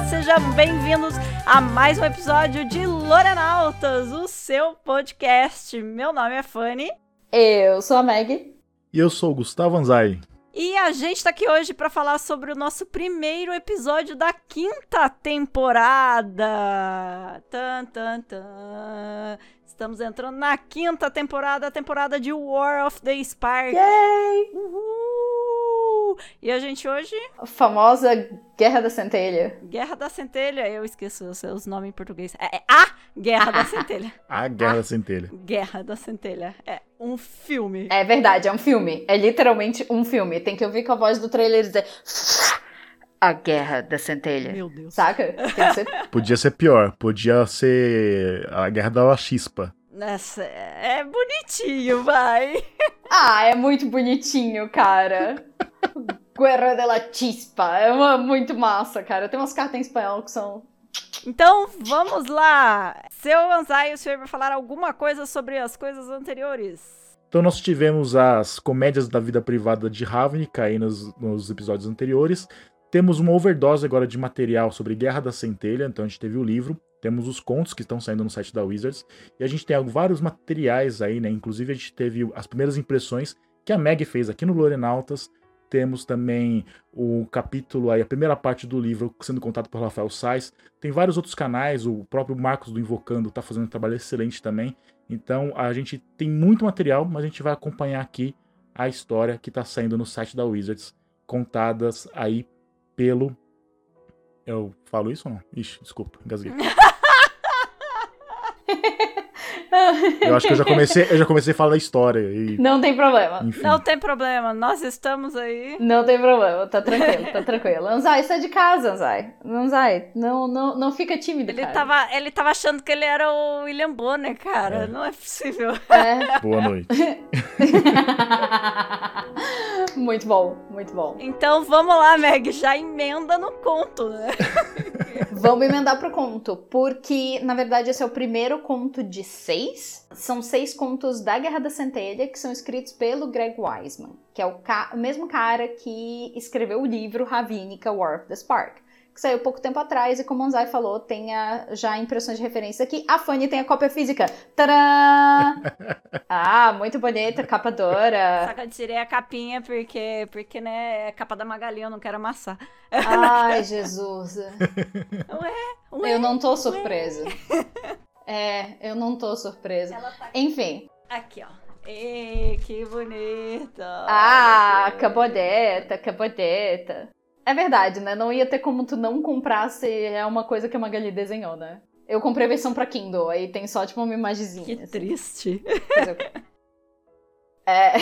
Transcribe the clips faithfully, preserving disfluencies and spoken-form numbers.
Sejam bem-vindos a mais um episódio de Lorenautas, o seu podcast. Meu nome é Fanny. Eu sou a Meg. E eu sou o Gustavo Anzai. E a gente tá aqui hoje para falar sobre o nosso primeiro episódio da quinta temporada. Tan, tan, tan. Estamos entrando na quinta temporada, a temporada de War of the Spark. Yay! Uhul! E a gente hoje... A famosa Guerra da Centelha. Guerra da Centelha, eu esqueço os, os nomes em português. É, é a Guerra da Centelha. A Guerra a da Centelha. Guerra da Centelha. É um filme. É verdade, é um filme. É literalmente um filme. Tem que ouvir com a voz do trailer dizer... A Guerra da Centelha. Meu Deus. Saca? Tem que ser... Podia ser pior. Podia ser a Guerra da Chispa. Nossa, é bonitinho, vai. Ah, é muito bonitinho, cara. Guerra de la Chispa. É uma, muito massa, cara. Tem umas cartas em espanhol que são... Então, vamos lá. Seu Anzai, o senhor vai falar alguma coisa sobre as coisas anteriores? Então nós tivemos as comédias da vida privada de Ravnica aí nos, nos episódios anteriores. Temos uma overdose agora de material sobre Guerra da Centelha, então a gente teve o livro, temos os contos que estão saindo no site da Wizards, e a gente tem vários materiais aí, né? Inclusive a gente teve as primeiras impressões que a Meg fez aqui no Lorenautas. Temos também o capítulo aí, a primeira parte do livro sendo contado por Rafael Sais. Tem vários outros canais, o próprio Marcos do Invocando está fazendo um trabalho excelente também. Então a gente tem muito material, mas a gente vai acompanhar aqui a história que está saindo no site da Wizards, contadas aí pelo... Eu falo isso ou não? Ixi, desculpa, engasguei. Eu acho que eu já comecei, eu já comecei a falar da história. E... Não tem problema. Enfim. Não tem problema, nós estamos aí. Não tem problema, tá tranquilo, tá tranquilo. Anzai, sai de casa, Anzai. Anzai, não, não, não fica tímido, Ele cara. tava, ele tava achando que ele era o William Bonner, cara. É. Não é possível. É. Boa noite. Muito bom, muito bom. Então vamos lá, Meg, já emenda no conto, né? Vamos emendar pro conto, porque, na verdade, esse é o primeiro conto de seis. São seis contos da Guerra da Centelha, que são escritos pelo Greg Weisman, que é o, ca- o mesmo cara que escreveu o livro Ravnica, War of the Spark, que saiu pouco tempo atrás, e como o Anzai falou, tem a, já impressões de referência aqui. A Fanny tem a cópia física. Tadã! Ah, muito bonita, capa dora. Só que eu tirei a capinha porque, porque né, é capa da Magali, eu não quero amassar. Ai, Jesus. Ué, ué, Eu não tô surpresa. É, eu não tô surpresa. Tá... Enfim. Aqui, ó. Ei, que bonita. Ah, cabodeta, cabodeta. É verdade, né? Não ia ter como tu não comprar se é uma coisa que a Magali desenhou, né? Eu comprei a versão pra Kindle, aí tem só tipo uma imagenzinha. Que assim. triste. Fazer o quê? É...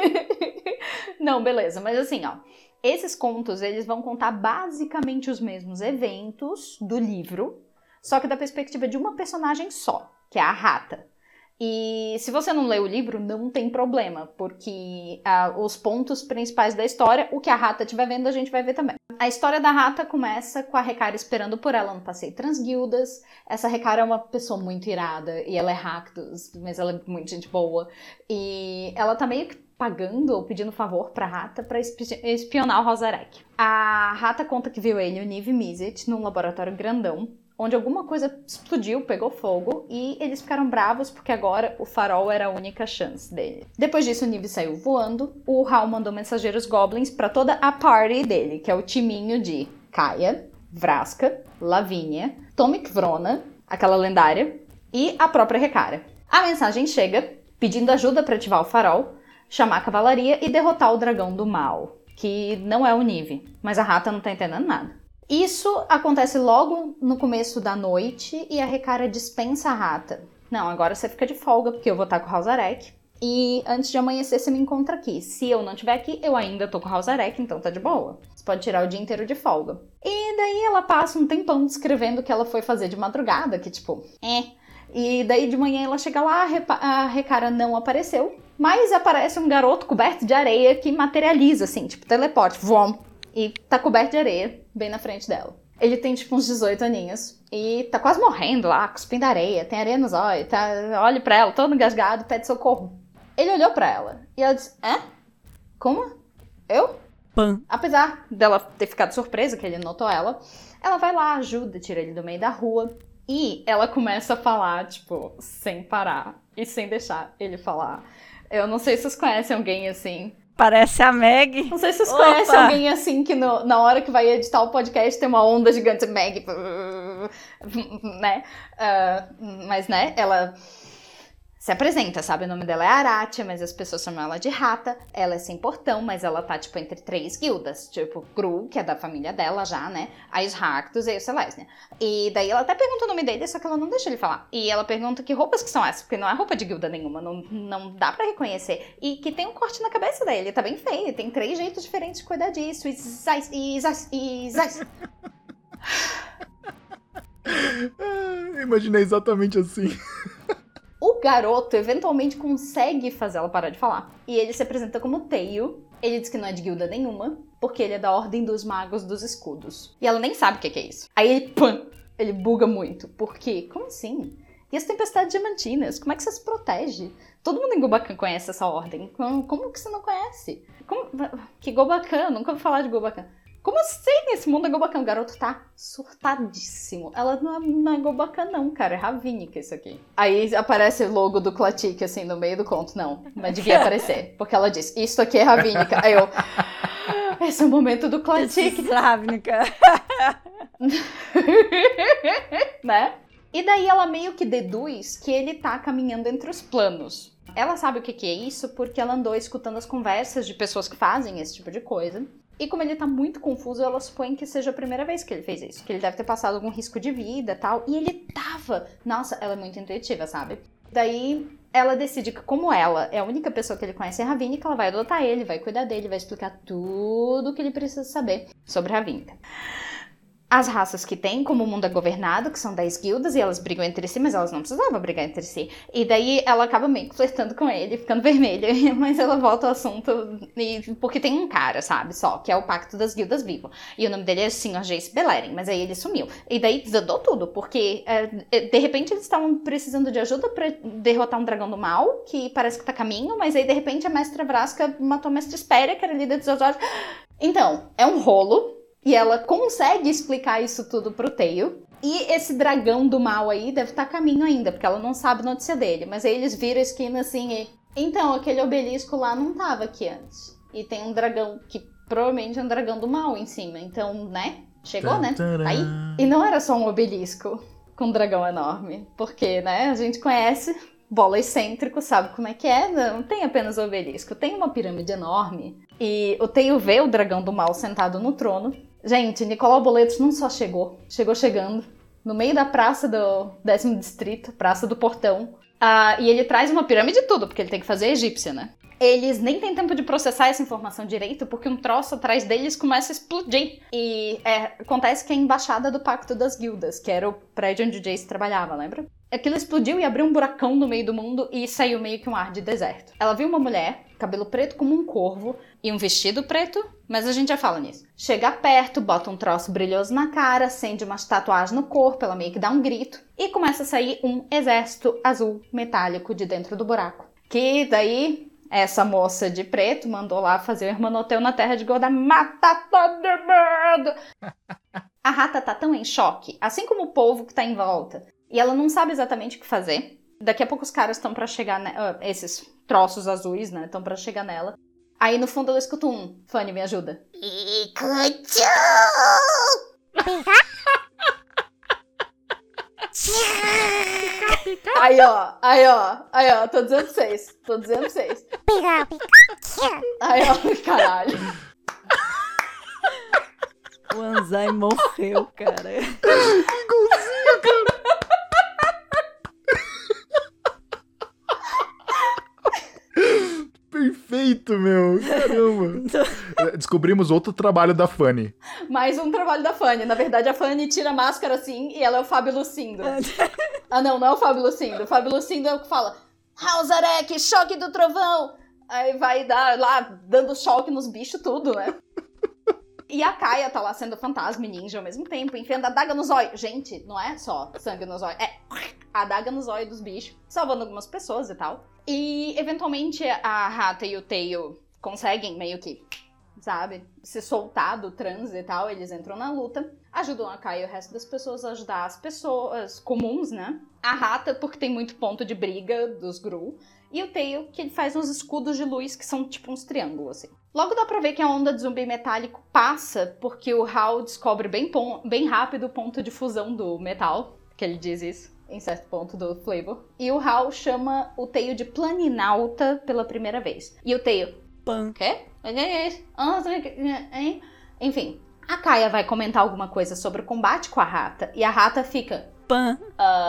Não, beleza, mas assim, ó. Esses contos, eles vão contar basicamente os mesmos eventos do livro, só que da perspectiva de uma personagem só, que é a Rata. E se você não lê o livro, não tem problema, porque ah, os pontos principais da história, o que a Rata estiver vendo, a gente vai ver também. A história da Rata começa com a Rekara esperando por ela no passeio Transguildas. Essa Rekara é uma pessoa muito irada, e ela é Rakdos, mas ela é muito gente boa. E ela tá meio que pagando ou pedindo favor pra Rata pra espi- espionar o Rosarek. A Rata conta que viu ele, o Niv Mizzet, num laboratório grandão, onde alguma coisa explodiu, pegou fogo, e eles ficaram bravos porque agora o farol era a única chance dele. Depois disso, o Niv saiu voando, o Hal mandou mensageiros goblins pra toda a party dele, que é o timinho de Kaia, Vraska, Lavínia, Tomek Vrona, aquela lendária, e a própria Rekara. A mensagem chega pedindo ajuda pra ativar o farol, chamar a cavalaria e derrotar o dragão do mal, que não é o Niv, mas a Rata não tá entendendo nada. Isso acontece logo no começo da noite e a Rekara dispensa a Rata. Não, agora você fica de folga porque eu vou estar com o Rosarek. E antes de amanhecer você me encontra aqui. Se eu não estiver aqui, eu ainda tô com o Rosarek, então tá de boa. Você pode tirar o dia inteiro de folga. E daí ela passa um tempão descrevendo o que ela foi fazer de madrugada, que tipo, é. E daí de manhã ela chega lá, a Rekara não apareceu. Mas aparece um garoto coberto de areia que materializa, assim, tipo teleporte, vom. E tá coberto de areia, bem na frente dela. Ele tem, tipo, uns dezoito aninhos. E tá quase morrendo lá, cuspindo areia. Tem areia nos olhos, tá... Olha pra ela, todo engasgado, pede socorro. Ele olhou pra ela. E ela disse, hã? Como? Eu? Pan. Apesar dela ter ficado surpresa, que ele notou ela, Ela vai lá, ajuda, tira ele do meio da rua. E ela começa a falar, tipo, sem parar. E sem deixar ele falar. Eu não sei se vocês conhecem alguém assim. Parece a Meg. Não sei se vocês Opa. conhecem alguém assim que no, na hora que vai editar o podcast tem uma onda gigante Meg, né? Uh, mas, né, ela se apresenta, sabe? O nome dela é Aratia, mas as pessoas chamam ela de Rata. Ela é sem portão, mas ela tá, tipo, entre três guildas. Tipo, Gru, que é da família dela já, né? A Sharktus e a Selesnya. E daí ela até pergunta o nome dele, só que ela não deixa ele falar. E ela pergunta que roupas que são essas, porque não é roupa de guilda nenhuma, não, não dá pra reconhecer. E que tem um corte na cabeça dele, tá bem feio. Tem três jeitos diferentes de cuidar disso. E zais, e zais, e zais. Eu imaginei exatamente assim. O garoto eventualmente consegue fazer ela parar de falar. E ele se apresenta como Teio. Ele diz que não é de guilda nenhuma, porque ele é da Ordem dos Magos dos Escudos. E ela nem sabe o que é isso. Aí ele, pã, ele buga muito. Por quê? Como assim? E as tempestades diamantinas? Como é que você se protege? Todo mundo em Golbacan conhece essa ordem. Como, como que você não conhece? Como, que Golbacan? Nunca ouvi falar de Golbacan. Como assim? Esse mundo é Golbacan. O garoto tá surtadíssimo. Ela não é, não é Golbacan não, cara. É Ravnica isso aqui. Aí aparece o logo do Klatik, assim, no meio do conto. Não, mas devia aparecer. Porque ela diz, isso aqui é Ravnica. Aí eu... Esse é o momento do Klatik. Ravnica. Né? E daí ela meio que deduz que ele tá caminhando entre os planos. Ela sabe o que que é isso porque ela andou escutando as conversas de pessoas que fazem esse tipo de coisa. E como ele tá muito confuso, ela supõe que seja a primeira vez que ele fez isso. Que ele deve ter passado algum risco de vida e tal. E ele tava... Nossa, ela é muito intuitiva, sabe? Daí, ela decide que como ela é a única pessoa que ele conhece em Ravnica, ela vai adotar ele, vai cuidar dele, vai explicar tudo o que ele precisa saber sobre Ravnica. As raças que tem, como o mundo é governado, que são dez guildas, e elas brigam entre si, mas elas não precisavam brigar entre si. E daí ela acaba meio que flertando com ele, ficando vermelha, mas ela volta ao assunto, e, porque tem um cara, sabe, só, que é o Pacto das Guildas Vivo. E o nome dele é senhor Jace Beleren, mas aí ele sumiu. E daí desandou tudo, porque é, de repente eles estavam precisando de ajuda pra derrotar um dragão do mal, que parece que tá a caminho, mas aí de repente a Mestra Vraska matou a Mestra Espéria, que era líder dos Azores. Então, é um rolo. E ela consegue explicar isso tudo pro Teio. E esse dragão do mal aí deve estar a caminho ainda, porque ela não sabe notícia dele. Mas aí eles viram a esquina assim e... Então, aquele obelisco lá não tava aqui antes. E tem um dragão que provavelmente é um dragão do mal em cima. Então, né? Chegou, né? Aí. E não era só um obelisco com um dragão enorme. Porque, né? A gente conhece... Bola excêntrico, sabe como é que é? Não tem apenas o obelisco, tem uma pirâmide enorme. E o Teio vê o dragão do mal sentado no trono. Gente, Nicolau Boletos não só chegou, chegou chegando no meio da praça do décimo distrito, praça do portão. Ah, e ele traz uma pirâmide e tudo, porque ele tem que fazer a egípcia, né? Eles nem têm tempo de processar essa informação direito, porque um troço atrás deles começa a explodir. E é, acontece que é a embaixada do Pacto das Guildas, que era o prédio onde o Jace trabalhava, lembra? Aquilo explodiu e abriu um buracão no meio do mundo e saiu meio que um ar de deserto. Ela viu uma mulher, cabelo preto como um corvo e um vestido preto, mas a gente já fala nisso. Chega perto, bota um troço brilhoso na cara, acende uma tatuagem no corpo, ela meio que dá um grito e começa a sair um exército azul metálico de dentro do buraco. Que daí... Essa moça de preto mandou lá fazer o Hermanoteu na Terra de Gorda. Mata todo mundo! A Rata tá tão em choque, assim como o povo que tá em volta. E ela não sabe exatamente o que fazer. Daqui a pouco os caras estão pra chegar... Ne- uh, esses troços azuis, né? Estão pra chegar nela. Aí no fundo ela escuta um... Fanny, me ajuda. Pikachu! Aí, ó, aí, ó, aí, ó, tô dizendo pra vocês, tô dizendo pra vocês. Aí, ó, caralho. O Anzai morreu, cara. Igualzinho, cara. Perfeito, meu. Caramba. Descobrimos outro trabalho da Fanny. Mais um trabalho da Fanny. Na verdade, a Fanny tira a máscara assim e ela é o Fábio Lucindo. Ah, não, não é o Fábio Lucindo. O Fábio Lucindo é o que fala Hausarek, choque do trovão. Aí vai dar lá, dando choque nos bichos, tudo, né? E a Kaia tá lá sendo fantasma e ninja ao mesmo tempo, enfiando a daga no zóio. Gente, não é só sangue no zóio, é a daga no zóio dos bichos, salvando algumas pessoas e tal. E, eventualmente, a Rata e o Teio conseguem meio que, sabe, se soltar do transe e tal, eles entram na luta. ajudam a Kaia e o resto das pessoas a ajudar as pessoas comuns, né? A Rata, porque tem muito ponto de briga dos Gru. E o Tail, que ele faz uns escudos de luz que são tipo uns triângulos, assim. Logo dá pra ver que a onda de zumbi metálico passa, porque o Hal descobre bem, bem rápido o ponto de fusão do metal, que ele diz isso em certo ponto do Flavor. E o Hal chama o Tail de Planinauta pela primeira vez. E o Tail... Pan. O quê? Enfim, a Kaia vai comentar alguma coisa sobre o combate com a Rata, e a Rata fica... Pan.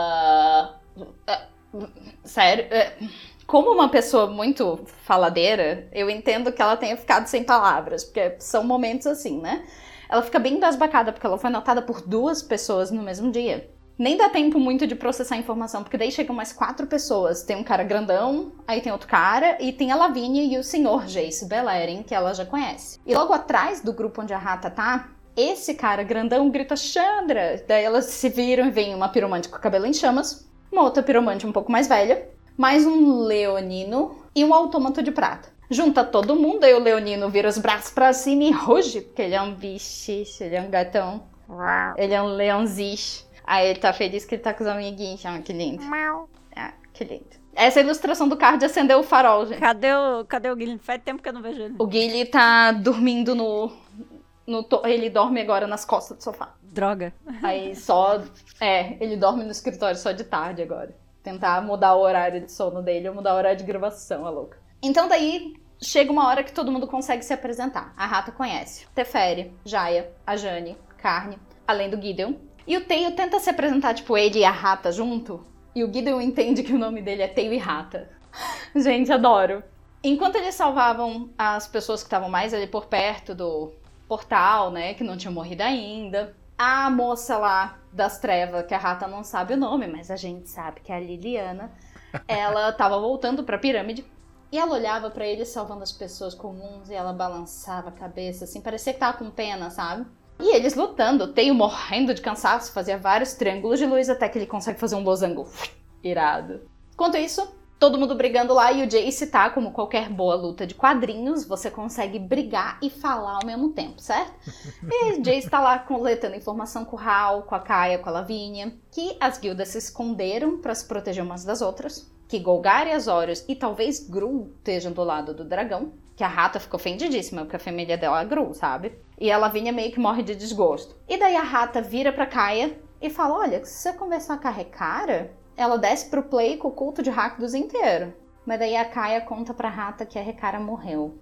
Uh, uh, sério? Uh, como uma pessoa muito faladeira, eu entendo que ela tenha ficado sem palavras, porque são momentos assim, né? Ela fica bem embasbacada, porque ela foi notada por duas pessoas no mesmo dia. Nem dá tempo muito de processar a informação, porque daí chegam mais quatro pessoas. Tem um cara grandão, aí tem outro cara, e tem a Lavínia e o senhor Jace Beleren, que ela já conhece. E logo atrás do grupo onde a Rata tá, esse cara grandão grita Chandra. Daí elas se viram e vem uma piromante com o cabelo em chamas, uma outra piromante um pouco mais velha, mais um leonino e um autômato de prata. Junta todo mundo, aí o leonino vira os braços pra cima e ruge, porque ele é um bichicho, ele é um gatão. Ele é um leãozicho. Aí ele tá feliz que ele tá com os amiguinhos. Ah, que lindo. Ah, que lindo. Essa é a ilustração do carro de acender o farol, gente. Cadê o, cadê o Guilherme? Faz tempo que eu não vejo ele. O Guilherme tá dormindo no... no to... Ele dorme agora nas costas do sofá. Droga. Aí só... É, ele dorme no escritório só de tarde agora. Tentar mudar o horário de sono dele ou mudar o horário de gravação, a louca. Então daí... Chega uma hora que todo mundo consegue se apresentar. A Rata conhece Teferi, Jaya, a Jane, Carne, além do Gideon. E o Tail tenta se apresentar, tipo, ele e a Rata junto. E o Gideon entende que o nome dele é Tail e Rata. Gente, adoro. Enquanto eles salvavam as pessoas que estavam mais ali por perto do portal, né, que não tinham morrido ainda, a moça lá das trevas, que a Rata não sabe o nome, mas a gente sabe que é a Liliana, ela tava voltando pra pirâmide. E ela olhava pra eles salvando as pessoas comuns e ela balançava a cabeça, assim, parecia que tava com pena, sabe? E eles lutando, o Tail morrendo de cansaço, fazia vários triângulos de luz até que ele consegue fazer um losango irado. Enquanto isso, todo mundo brigando lá e o Jace tá, como qualquer boa luta de quadrinhos, você consegue brigar e falar ao mesmo tempo, certo? E o Jace tá lá coletando informação com o Hal, com a Kaia, com a Lavínia, que as guildas se esconderam pra se proteger umas das outras, que Golgar e Azorius e talvez Gru estejam do lado do dragão, que a Rata ficou ofendidíssima, porque a família dela é Gru, sabe? E a Lavínia meio que morre de desgosto. E daí a Rata vira pra Kaia e fala, olha, se você conversar com a Recara, ela desce pro play com o culto de Rakdos inteiro. Mas daí a Kaia conta pra Rata que a Recara morreu.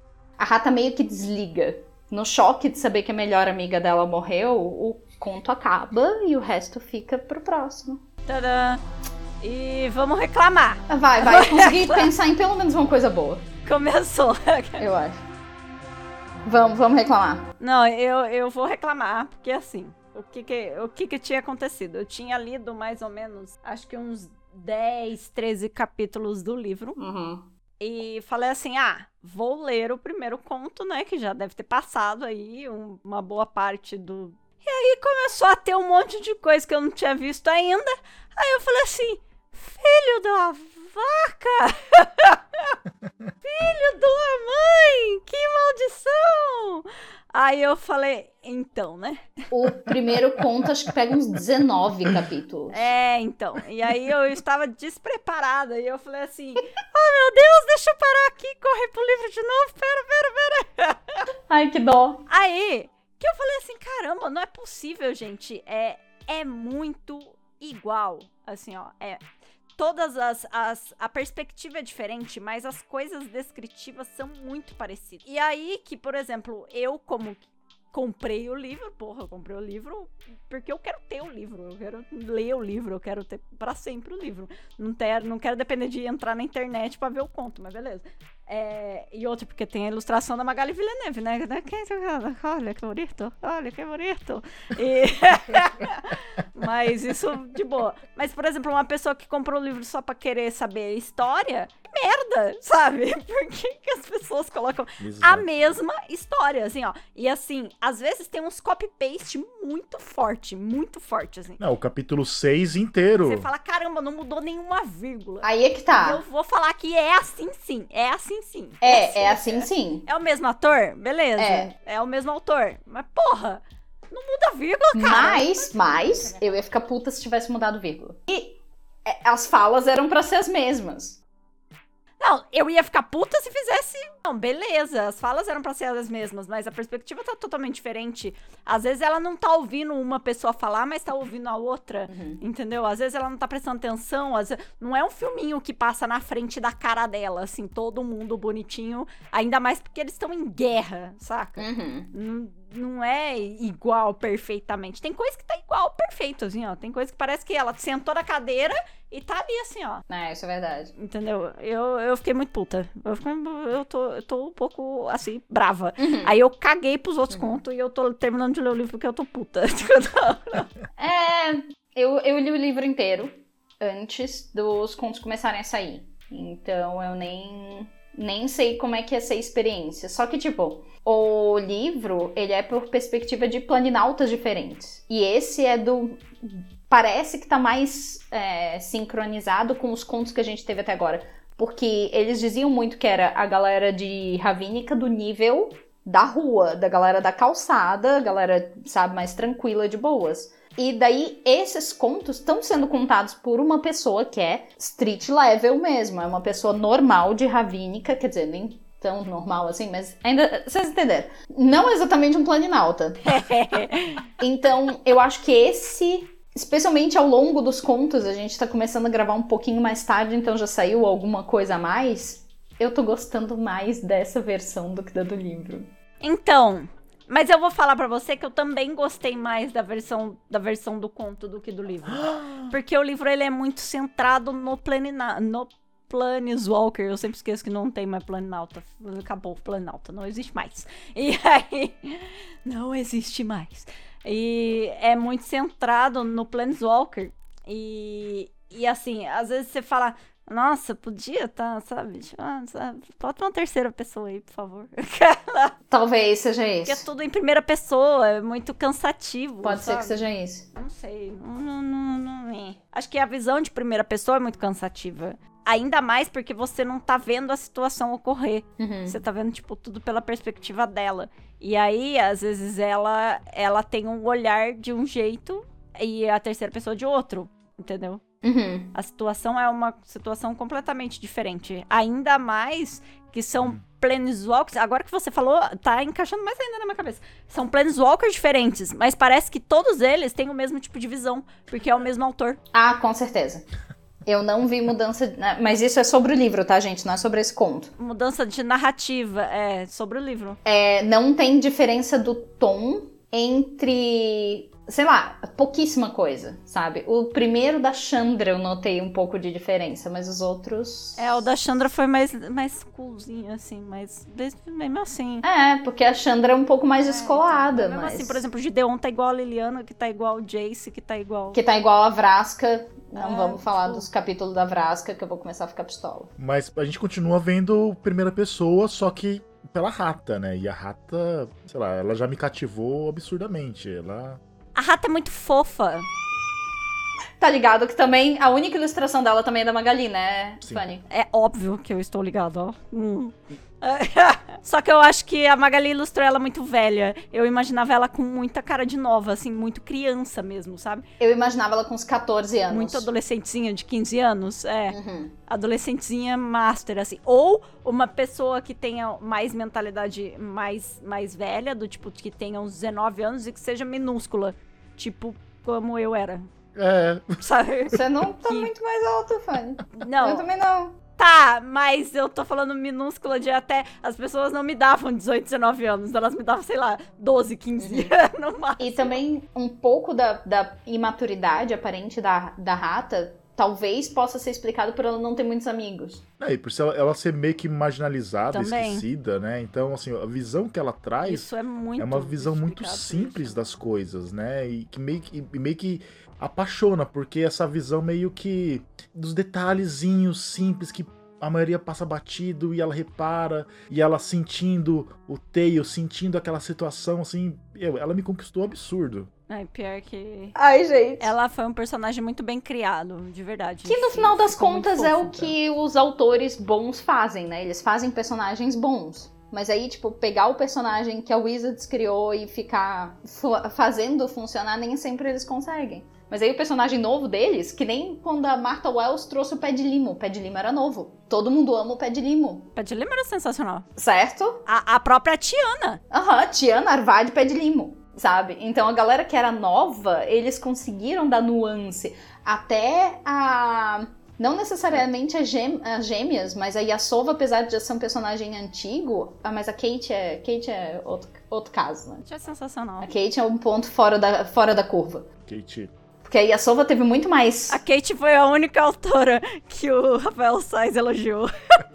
A Rata meio que desliga. No choque de saber que a melhor amiga dela morreu, o conto acaba e o resto fica pro próximo. Tadã! E vamos reclamar. Vai, vai. Consegui pensar em pelo menos uma coisa boa. Começou. Eu acho. Vamos, vamos reclamar. Não, eu, eu vou reclamar, porque assim, o que que, o que que tinha acontecido? Eu tinha lido mais ou menos, acho que uns dez, treze capítulos do livro. Uhum. E falei assim, ah, vou ler o primeiro conto, né, que já deve ter passado aí um, uma boa parte do... E aí começou a ter um monte de coisa que eu não tinha visto ainda. Aí eu falei assim, filho da vaca! Filho da mãe! Que maldição! Aí eu falei, então, né? O primeiro conto acho que pega uns dezenove capítulos. É, então. E aí eu estava despreparada. E eu falei assim, oh meu Deus, deixa eu parar aqui, correr pro livro de novo. Pera, pera, pera. Ai, que dó. Aí, que eu falei assim, caramba, não é possível, gente. É, é muito igual. Assim, ó, é... Todas as, as... A perspectiva é diferente, mas as coisas descritivas são muito parecidas. E aí que, por exemplo, eu como comprei o livro, porra, eu comprei o livro porque eu quero ter o livro, eu quero ler o livro, eu quero ter pra sempre o livro. Não, ter, não quero depender de entrar na internet pra ver o conto, mas beleza. É, e outro, porque tem a ilustração da Magali Villeneuve, né? Olha que bonito, olha que bonito. E... Mas isso de boa. Mas, por exemplo, uma pessoa que comprou o livro só pra querer saber a história, merda, sabe? Por que, que as pessoas colocam Exato. A mesma história, assim, ó. E assim, às vezes tem uns copy-paste muito forte, muito forte, assim. Não, o capítulo seis inteiro. Você fala, caramba, não mudou nenhuma vírgula. Aí é que tá. E eu vou falar que é assim sim, é assim sim. É, é assim, é assim sim. É o mesmo ator? Beleza. É. É o mesmo autor. Mas, porra, Não muda vírgula, cara. Mas, mas, eu ia ficar puta se tivesse mudado vírgula. E é, as falas eram pra ser as mesmas. Não, eu ia ficar puta se fizesse... Não, beleza, as falas eram pra ser as mesmas, mas a perspectiva tá totalmente diferente. Às vezes ela não tá ouvindo uma pessoa falar, mas tá ouvindo a outra, Uhum. entendeu? Às vezes ela não tá prestando atenção, às vezes... não é um filminho que passa na frente da cara dela, assim, todo mundo bonitinho, ainda mais porque eles estão em guerra, saca? Uhum. Não, não é igual perfeitamente. Tem coisa que tá igual perfeito, assim, ó. Tem coisa que parece que ela sentou na cadeira e tá ali, assim, ó. É, isso é verdade. Entendeu? Eu, eu fiquei muito puta. Eu, fiquei, eu, tô, eu tô um pouco, assim, brava. Uhum. Aí eu caguei pros outros contos e eu tô terminando de ler o livro porque eu tô puta. É, eu, eu li o livro inteiro antes dos contos começarem a sair. Então eu nem, nem sei como é que ia ser a experiência. Só que, tipo, o livro, ele é por perspectiva de planinautas diferentes. E esse é do... Parece que tá mais é, sincronizado com os contos que a gente teve até agora. Porque eles diziam muito que era a galera de Ravnica do nível da rua, da galera da calçada, a galera, sabe, mais tranquila, de boas. E daí, esses contos estão sendo contados por uma pessoa que é street level mesmo. É uma pessoa normal de Ravnica, quer dizer, nem tão normal assim, mas ainda, vocês entenderam. Não exatamente um planinauta. Então, eu acho que esse... Especialmente ao longo dos contos, a gente tá começando a gravar um pouquinho mais tarde, então já saiu alguma coisa a mais. Eu tô gostando mais dessa versão do que da do livro. Então, mas eu vou falar pra você que eu também gostei mais da versão, da versão do conto do que do livro. Porque o livro, ele é muito centrado no planina... no Planeswalker. Eu sempre esqueço que não tem mais Planinauta. Acabou o Planinauta, não existe mais. E aí, não existe mais. E é muito centrado no Planeswalker. E, e assim, às vezes você fala, nossa, podia tá, sabe? Ah, sabe? Bota uma terceira pessoa aí, por favor. Talvez seja isso. Porque é tudo em primeira pessoa, é muito cansativo. Pode sabe? ser que seja isso. Não sei. Não, não, não é. Acho que a visão de primeira pessoa é muito cansativa. Ainda mais porque você não tá vendo a situação ocorrer. Uhum. Você tá vendo, tipo, tudo pela perspectiva dela. E aí, às vezes, ela, ela tem um olhar de um jeito e a terceira pessoa de outro, entendeu? Uhum. A situação é uma situação completamente diferente. Ainda mais que são planeswalkers. Agora que você falou, tá encaixando mais ainda na minha cabeça. São planeswalkers diferentes, mas parece que todos eles têm o mesmo tipo de visão, porque é o mesmo autor. Ah, com certeza. Eu não vi mudança... Mas isso é sobre o livro, tá, gente? Não é sobre esse conto. Mudança de narrativa, é, sobre o livro. É, não tem diferença do tom entre... Sei lá, pouquíssima coisa, sabe? O primeiro da Chandra eu notei um pouco de diferença, mas os outros... É, o da Chandra foi mais, mais coolzinho, assim, mas mesmo assim... É, porque a Chandra é um pouco mais É, descolada, então, mesmo mas... assim, por exemplo, o Gideon tá igual a Liliana, que tá igual o Jace, que tá igual... Que tá igual a Vrasca. Não É, vamos falar tipo- dos capítulos da Vrasca, que eu vou começar a ficar pistola. Mas a gente continua vendo primeira pessoa, só que pela rata, né? E a rata, sei lá, ela já me cativou absurdamente. Ela... A rata é muito fofa. Tá ligado que também a única ilustração dela também é da Magali, né, Sim. Fanny? É óbvio que eu estou ligado, ó. Hum. Só que eu acho que a Magali ilustrou ela muito velha. Eu imaginava ela com muita cara de nova, assim, muito criança mesmo, sabe? Eu imaginava ela com uns catorze anos. Muito adolescentezinha de quinze anos, é. Uhum. Adolescentezinha master, assim. Ou uma pessoa que tenha mais mentalidade mais, mais velha, do tipo, que tenha uns dezenove anos e que seja minúscula. Tipo, como eu era, É, sabe? Você não tá Que- muito mais alta, Fanny. Não. Eu também não. Tá, mas eu tô falando minúscula de até... As pessoas não me davam dezoito, dezenove anos. Elas me davam, sei lá, doze, quinze no máximo. E também um pouco da, da imaturidade aparente da, da rata talvez possa ser explicado por ela não ter muitos amigos. é, e por isso ela, ela ser meio que marginalizada, Também. esquecida, né? Então, assim, a visão que ela traz Isso é muito é uma visão muito explicado, simples isso. das coisas, né? E que meio que, e meio que apaixona, porque essa visão meio que dos detalhezinhos simples que a maioria passa batido e ela repara, e ela sentindo o Tail, sentindo aquela situação, assim, eu- ela me conquistou absurdo. Ai, pior que... Ai, gente. Ela foi um personagem muito bem criado, de verdade. Que no Sim, final das ficou muito contas é fofo. o que os autores bons fazem, né? Eles fazem personagens bons. Mas aí, tipo, pegar o personagem que a Wizards criou e ficar fu- fazendo funcionar, nem sempre eles conseguem. Mas aí o personagem novo deles, que nem quando a Martha Wells trouxe o Pé de Limo. O Pé de Limo era novo. Todo mundo ama o Pé de Limo. Pé de Limo era sensacional. Certo? A, a própria Tiana. Aham, uhum, Tiana Arvade Pé de Limo, sabe? Então a galera que era nova, eles conseguiram dar nuance. Até a... Não necessariamente as, gê- as gêmeas, mas a Yasova, apesar de já ser um personagem antigo... Ah, mas a Kate é, Kate é outro, outro caso, né? Kate é sensacional. A Kate é um ponto fora da, fora da curva. Kate... Porque a Yasova teve muito mais... A Kate foi a única autora que o Rafael Sainz elogiou.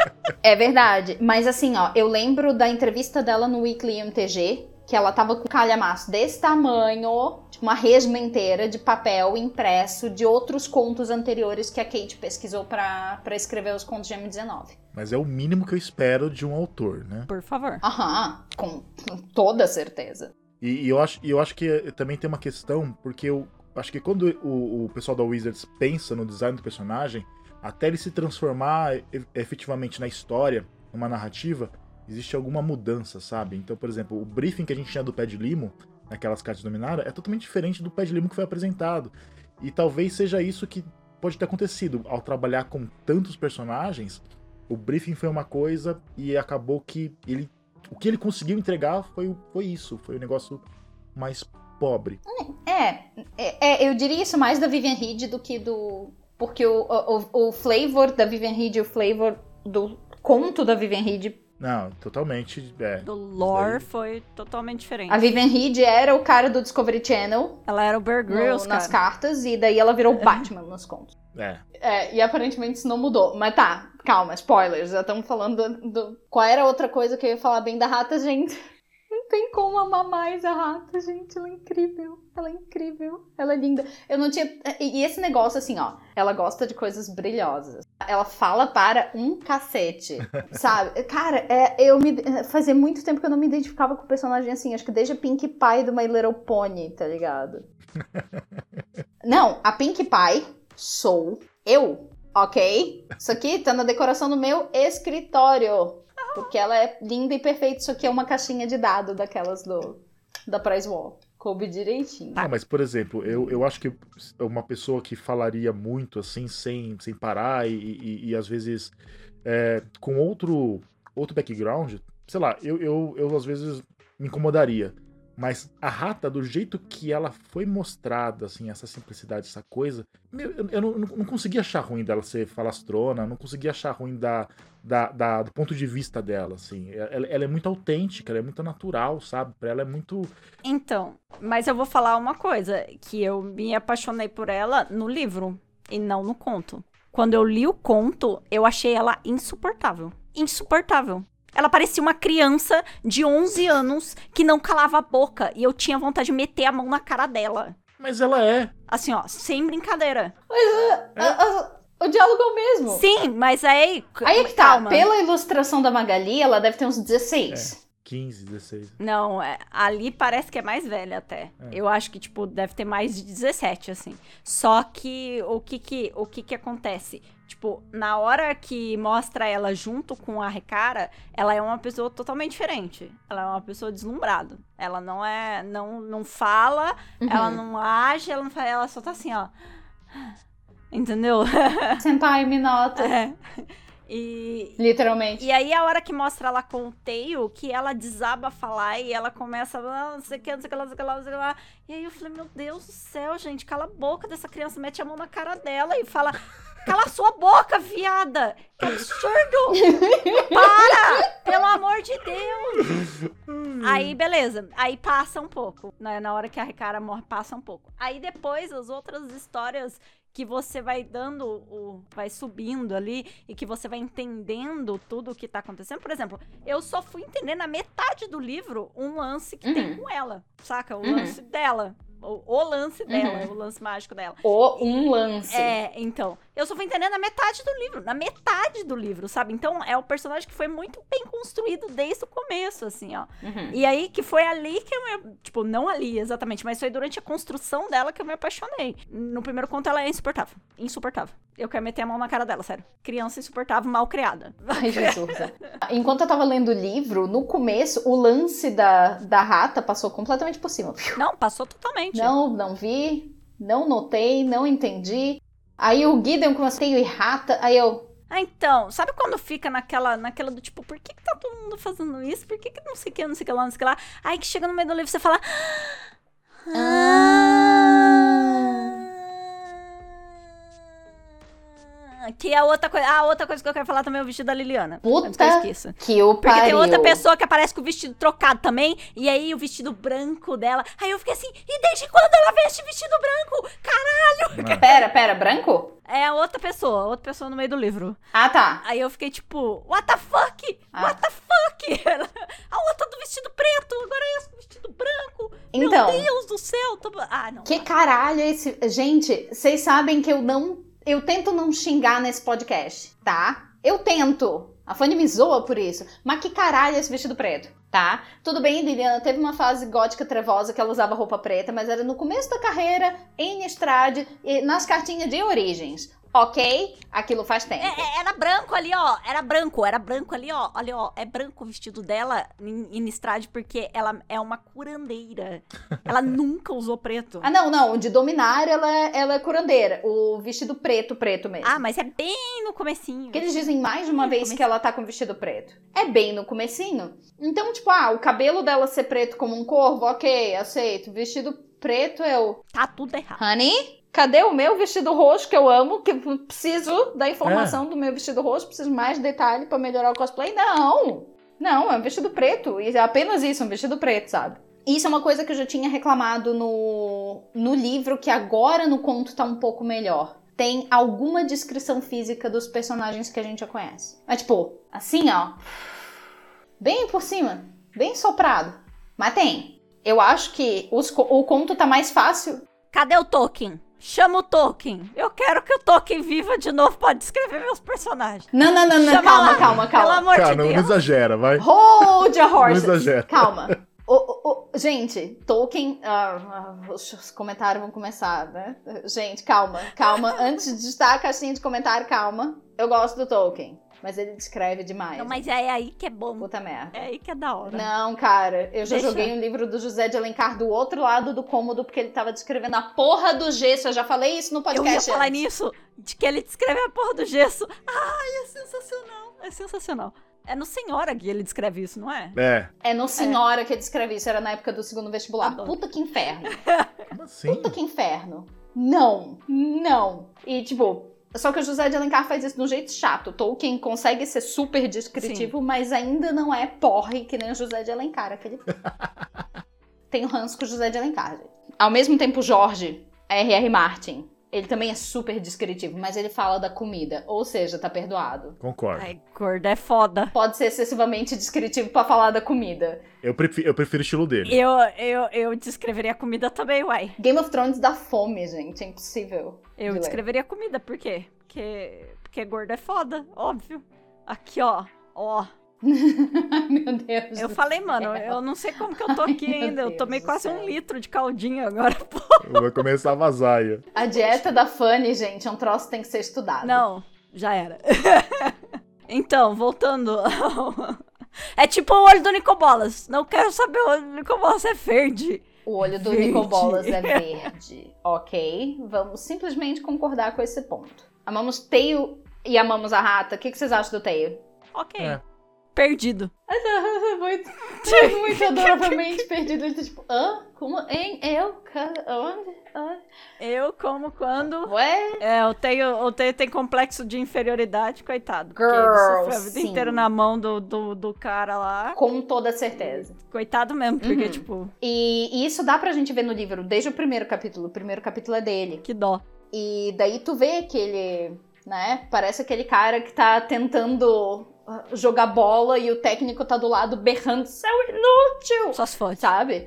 É verdade. Mas assim, ó, eu lembro da entrevista dela no Weekly M T G, que ela tava com um calhamaço desse tamanho, tipo uma resma inteira de papel impresso de outros contos anteriores que a Kate pesquisou pra, pra escrever os contos de M dezenove. Mas é o mínimo que eu espero de um autor, né? Por favor. Aham, com, com toda certeza. E, e eu, acho, e eu acho que também tem uma questão, porque eu acho que quando o, o pessoal da Wizards pensa no design do personagem, até ele se transformar e, efetivamente na história, numa narrativa, existe alguma mudança, sabe? Então, por exemplo, o briefing que a gente tinha do Pé de Limo, naquelas cartas dominadas, é totalmente diferente do Pé de Limo que foi apresentado. E talvez seja isso que pode ter acontecido. Ao trabalhar com tantos personagens, o briefing foi uma coisa e acabou que ele, o que ele conseguiu entregar foi, foi isso, foi um negócio mais pobre. É, é, é, eu diria isso mais da Vivian Reed do que do... Porque o, o, o flavor da Vivian Reed e o flavor do conto da Vivian Reed... Não, totalmente, é. Do lore foi totalmente diferente. A Vivian Reed era o cara do Discovery Channel. Ela era o Bear Grylls, no, nas cara. cartas, e daí ela virou Batman nos contos. É. É, e aparentemente isso não mudou. Mas tá, calma, spoilers. Já estamos falando do, do... Qual era a outra coisa que eu ia falar bem da Rata, gente? Não tem como amar mais a Rata, gente. Ela é incrível. Ela é incrível. Ela é linda. Eu não tinha... E esse negócio, assim, ó. Ela gosta de coisas brilhosas. Ela fala para um cacete, sabe? Cara, é, eu me... Fazia muito tempo que eu não me identificava com o personagem assim. Acho que desde a Pinkie Pie do My Little Pony, tá ligado? Não, a Pinkie Pie sou eu, ok? Isso aqui tá na decoração do meu escritório. Porque ela é linda e perfeita. Isso aqui é uma caixinha de dado daquelas do, da Prize Wall. Coube direitinho. Ah, mas, por exemplo, eu, eu acho que uma pessoa que falaria muito assim, sem, sem parar e, e, e às vezes é, com outro, outro background, sei lá, eu, eu, eu às vezes me incomodaria. Mas a Rata, do jeito que ela foi mostrada, assim, essa simplicidade, essa coisa, meu, eu, eu não, não consegui achar ruim dela ser falastrona, não consegui achar ruim da, da, da, do ponto de vista dela, assim. Ela, ela é muito autêntica, ela é muito natural, sabe? Pra ela é muito... Então, mas eu vou falar uma coisa, que eu me apaixonei por ela no livro, e não no conto. Quando eu li o conto, eu achei ela insuportável. Insuportável. Ela parecia uma criança de onze anos que não calava a boca. E eu tinha vontade de meter a mão na cara dela. Mas ela é. Assim, ó, sem brincadeira. Mas uh, É? uh, uh, o diálogo é o mesmo. Sim, mas aí... Aí é que tá. calma. Pela ilustração da Magali, ela deve ter uns dezesseis. É. quinze, dezesseis. Não, é, ali parece que é mais velha até. É. Eu acho que, tipo, deve ter mais de dezessete, assim. Só que o que que, o que que acontece? Tipo, na hora que mostra ela junto com a Recara, ela é uma pessoa totalmente diferente. Ela é uma pessoa deslumbrada. Ela não é, não, não fala, uhum. Ela não age, ela não fala, ela só tá assim, ó. Entendeu? Senpai, me nota. É. E, literalmente. E aí a hora que mostra ela com o Tail, que ela desaba a falar e ela começa a não sei o que, não sei o que lá, não sei o que lá, não sei o que lá. E aí eu falei, meu Deus do céu, gente, cala a boca dessa criança, mete a mão na cara dela e fala, cala a sua boca, viada! Que absurdo! Para! Pelo amor de Deus! Aí, beleza. Aí passa um pouco, né? Na hora que a Recara morre, passa um pouco. Aí depois, as outras histórias que você vai dando, o, vai subindo ali e que você vai entendendo tudo o que tá acontecendo. Por exemplo, eu só fui entender na metade do livro um lance que uhum. tem com ela, saca? O uhum. lance dela. o, o lance dela, Uhum. o lance mágico dela. O um lance. É, então, eu só fui entender na metade do livro, na metade do livro, sabe? Então, é o personagem que foi muito bem construído desde o começo, assim, ó. Uhum. E aí, que foi ali que eu me... Tipo, não ali, exatamente, mas foi durante a construção dela que eu me apaixonei. No primeiro conto, ela é insuportável. Insuportável. Eu quero meter a mão na cara dela, sério. Criança insuportável, mal criada. Ai, Jesus. Enquanto eu tava lendo o livro, no começo, o lance da, da rata passou completamente por cima. Não, passou totalmente. Não, não vi, não notei, não entendi. Aí o Gideon com teio e rata, aí eu... Ah, então, sabe quando fica naquela, naquela do tipo, por que que tá todo mundo fazendo isso? Por que que não sei o que, não sei o que lá, não sei o que lá? Aí que chega no meio do livro, você fala... Ah... Que é outra coisa. Ah, outra coisa que eu quero falar também é o vestido da Liliana. Antes que eu Puta esqueça. que o Porque pariu. tem outra pessoa que aparece com o vestido trocado também. E aí o vestido branco dela. Aí eu fiquei assim, e desde quando ela veste vestido branco? Caralho! Pera, pera, branco? É outra pessoa, outra pessoa no meio do livro. Ah, tá. Aí eu fiquei tipo, what the fuck? Ah. What the fuck? A outra do vestido preto, agora é esse vestido branco. Então. Meu Deus do céu. Tô... Ah, não. Que caralho é esse... Gente, vocês sabem que eu não... Eu tento não xingar nesse podcast, tá? Eu tento. A Fanny me zoa por isso. Mas que caralho é esse vestido preto, tá? Tudo bem, Liliana, teve uma fase gótica trevosa que ela usava roupa preta, mas era no começo da carreira, em Estrade, e nas cartinhas de origens. Ok? Aquilo faz tempo. É, é, era branco ali, ó. Era branco, era branco ali, ó. Olha, ó. É branco o vestido dela em, em Estrade porque ela é uma curandeira. Ela nunca usou preto. Ah, não, não. De dominar, ela é, ela é curandeira. O vestido preto, preto mesmo. Ah, mas é bem no comecinho. Porque eles dizem mais de uma Bem no vez comecinho. que ela tá com vestido preto. É bem no comecinho. Então, tipo, ah, o cabelo dela ser preto como um corvo, ok, aceito. Vestido preto é o... Tá tudo errado. Honey, cadê o meu vestido roxo que eu amo? Que eu preciso da informação do meu vestido roxo, preciso mais detalhe pra melhorar o cosplay. Não! Não, é um vestido preto. E é apenas isso, um vestido preto, sabe? Isso é uma coisa que eu já tinha reclamado no, no livro, que agora no conto tá um pouco melhor. Tem alguma descrição física dos personagens que a gente já conhece. Mas, tipo, assim, ó. Bem por cima. Bem soprado. Mas tem. Eu acho que os, o conto tá mais fácil. Cadê o Tolkien? Chama o Tolkien. Eu quero que o Tolkien viva de novo pra descrever meus personagens. Não, não, não, não. Chama Calma, lá. calma, Pelo calma. amor Cara, de não, não Deus. exagera, vai. Hold your horses. Não exagera. Calma. O, o, o- gente, Tolkien... ah, ah, os, os comentários vão começar, né? Gente, calma, calma. Antes de estar a caixinha de comentário, calma. Eu gosto do Tolkien, mas ele descreve demais. Não, mas é aí que é bom. Puta merda. É aí que é da hora. Não, cara, eu já Deixa. joguei um livro do José de Alencar do outro lado do cômodo porque ele tava descrevendo a porra do gesso. Eu já falei isso no Eu podcast. ia falar antes. nisso, de que ele descreve a porra do gesso. Ai, é sensacional. É sensacional. É no Senhora que ele descreve isso, não é? É. É no Senhora que ele descreve isso, era na época do segundo vestibular. Adoro. Puta que inferno. Como assim? Puta que inferno. Não, não. E tipo, só que o José de Alencar faz isso de um jeito chato. Tolkien consegue ser super descritivo, mas ainda não é porre que nem o José de Alencar. Aquele... Tem o ranço com o José de Alencar, gente. Ao mesmo tempo, Jorge R R. Martin, ele também é super descritivo, mas ele fala da comida. Ou seja, tá perdoado. Concordo. Ai, gordo é foda. Pode ser excessivamente descritivo pra falar da comida. Eu prefiro, eu prefiro o estilo dele. Eu, eu, eu descreveria a comida também, uai. Game of Thrones dá fome, gente. É impossível. Eu de ler. descreveria a comida, por quê? Porque, porque gordo é foda, óbvio. Aqui, ó, ó. Ai, meu Deus. Eu do falei, céu. mano, eu não sei como que eu tô aqui Ai, meu ainda. Eu Deus tomei do quase céu. um litro de caldinho agora, pô. Vai começar a vazar aí. ó. A dieta da Fanny, gente, é um troço que tem que ser estudado. Não, já era. Então, voltando. ao- É tipo o olho do Nicobolas. Não quero saber o olho do Nicobolas é verde. O olho do Verde. Nicobolas é verde. Ok, vamos simplesmente concordar com esse ponto. Amamos Tail e amamos a rata. O que, que vocês acham do Tail? Ok. É. Perdido. muito, muito adoravelmente perdido. Tipo, hã? Como? Hein? Eu? Ca- Onde? Onde? Eu como quando... Ué? É, eu tenho, eu tenho, tenho complexo de inferioridade, coitado. Porque Girl, ele sofreu a vida sim. inteira na mão do, do, do cara lá. Com toda certeza. Coitado mesmo, porque, Uhum. tipo, E, e isso dá pra gente ver no livro, desde o primeiro capítulo. O primeiro capítulo é dele. que dó. E daí tu vê que ele, né, parece aquele cara que tá tentando ah, jogar bola e o técnico tá do lado berrando, seu inútil, Só se fode. sabe?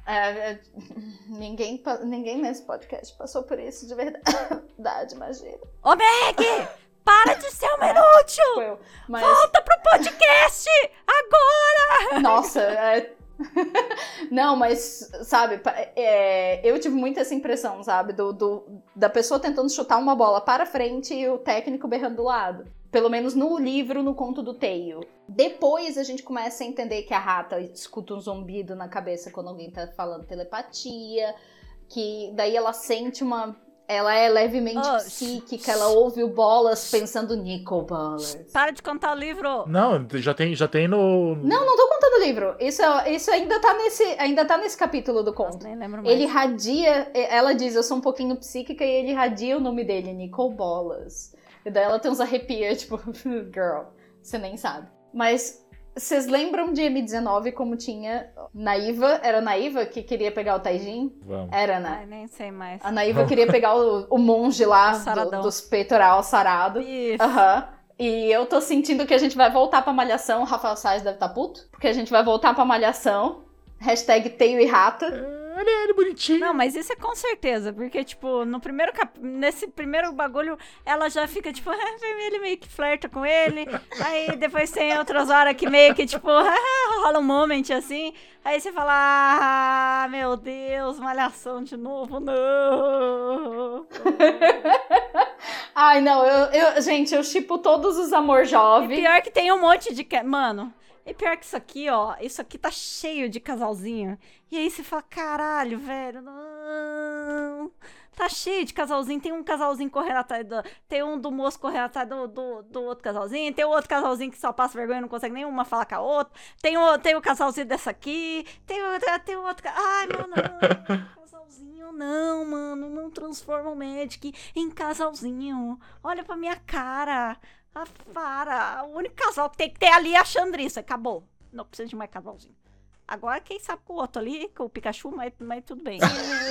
É, é, ninguém, ninguém nesse podcast passou por isso de verdade, imagina. Ô, Meg! Para de ser um inútil! Eu, mas... Volta pro podcast! Agora! Nossa, é... Não, mas, sabe, é, eu tive muito essa impressão, sabe, do, do, da pessoa tentando chutar uma bola para frente e o técnico berrando do lado. Pelo menos no livro, no conto do Teio. Depois a gente começa a entender que a rata escuta um zumbido na cabeça quando alguém tá falando telepatia, que daí ela sente uma... Ela é levemente oh, psíquica, ela ouve o Bolas pensando Nicol Bolas. Para de contar o livro! Não, já tem, já tem no... Não, não tô contando o livro. Isso, isso ainda, tá nesse, ainda tá nesse capítulo do conto. Nossa, nem lembro mais. Ele radia... Ela diz, eu sou um pouquinho psíquica, e ele radia o nome dele, Nicol Bolas. E daí ela tem uns arrepios, tipo, girl, você nem sabe. Mas... Vocês lembram de M dezenove como tinha Naíva? Era a Naíva que queria pegar o Taijin? Vamos. Era, né? Ai, nem sei mais. A Naíva queria pegar o, o monge lá do, dos peitoral sarado. Aham. Uhum. E eu tô sentindo que a gente vai voltar pra Malhação. O Rafael Salles deve estar puto. Porque a gente vai voltar pra Malhação. Hashtag Teio e Rata. Olha ele bonitinho. Não, mas isso é com certeza, porque, tipo, no primeiro cap... nesse primeiro bagulho, ela já fica, tipo, ele meio que flerta com ele, aí depois tem outras horas que meio que, tipo, rola um moment, assim, aí você fala, ah, meu Deus, Malhação de novo, não. Ai, não, eu, eu, gente, eu shippo todos os amor jovem. E pior que tem um monte de... Mano... E pior que isso aqui, ó, isso aqui tá cheio de casalzinho. E aí você fala, caralho, velho, não... Tá cheio de casalzinho. Tem um casalzinho correndo atrás do... Tem um do moço correndo atrás do, do, do outro casalzinho. Tem outro casalzinho que só passa vergonha e não consegue nenhuma falar com a outra. Tem o, tem o casalzinho dessa aqui. Tem o, tem o outro... Ai, meu, não... Casalzinho, não, mano. Não transforma o Magic em casalzinho. Olha pra minha cara. Ah, para. O único casal que tem que ter ali é a Chandrissa. Acabou. Não precisa de mais casalzinho. Agora, quem sabe com o outro ali, com o Pikachu, mas, mas tudo bem.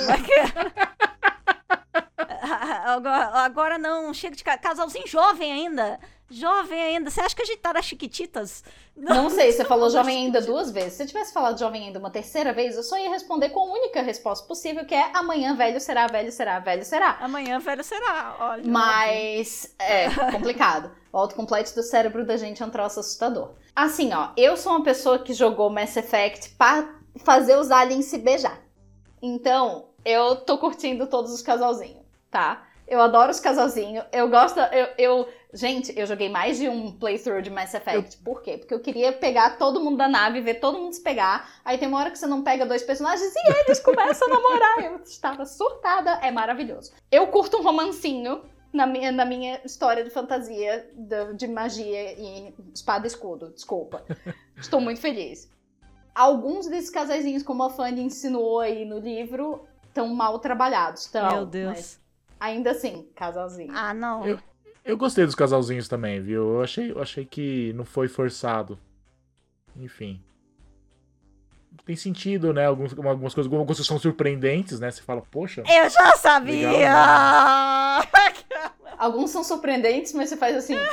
agora, agora não, chega de casalzinho jovem ainda. Jovem ainda. Você acha que a gente tá nas Chiquititas? Não, não sei, você falou jovem ainda duas vezes. Se eu tivesse falado jovem ainda uma terceira vez, eu só ia responder com a única resposta possível, que é amanhã velho será, velho será, velho será. Amanhã velho será, olha. Mas é complicado. O autocomplete do cérebro da gente é um troço assustador. Assim, ó, eu sou uma pessoa que jogou Mass Effect pra fazer os aliens se beijar. Então, eu tô curtindo todos os casalzinhos, tá? Eu adoro os casalzinhos. Eu gosto... Eu, eu, gente, eu joguei mais de um playthrough de Mass Effect. Eu... Por quê? Porque eu queria pegar todo mundo da nave, ver todo mundo se pegar. Aí tem uma hora que você não pega dois personagens e eles começam a namorar. Eu estava surtada. É maravilhoso. Eu curto um romancinho na minha, na minha história de fantasia, de, de magia e espada e escudo. Desculpa. Estou muito feliz. Alguns desses casaizinhos, como a Fanny insinuou aí no livro, estão mal trabalhados. Tão, Meu Deus. Mas... Ainda assim, casalzinho. Ah, não. Eu, eu gostei dos casalzinhos também, viu? Eu achei, eu achei que não foi forçado. Enfim. Tem sentido, né? Alguns, algumas coisas, algumas coisas são surpreendentes, né? Você fala, poxa... Eu já sabia! Legal, né? Alguns são surpreendentes, mas você faz assim...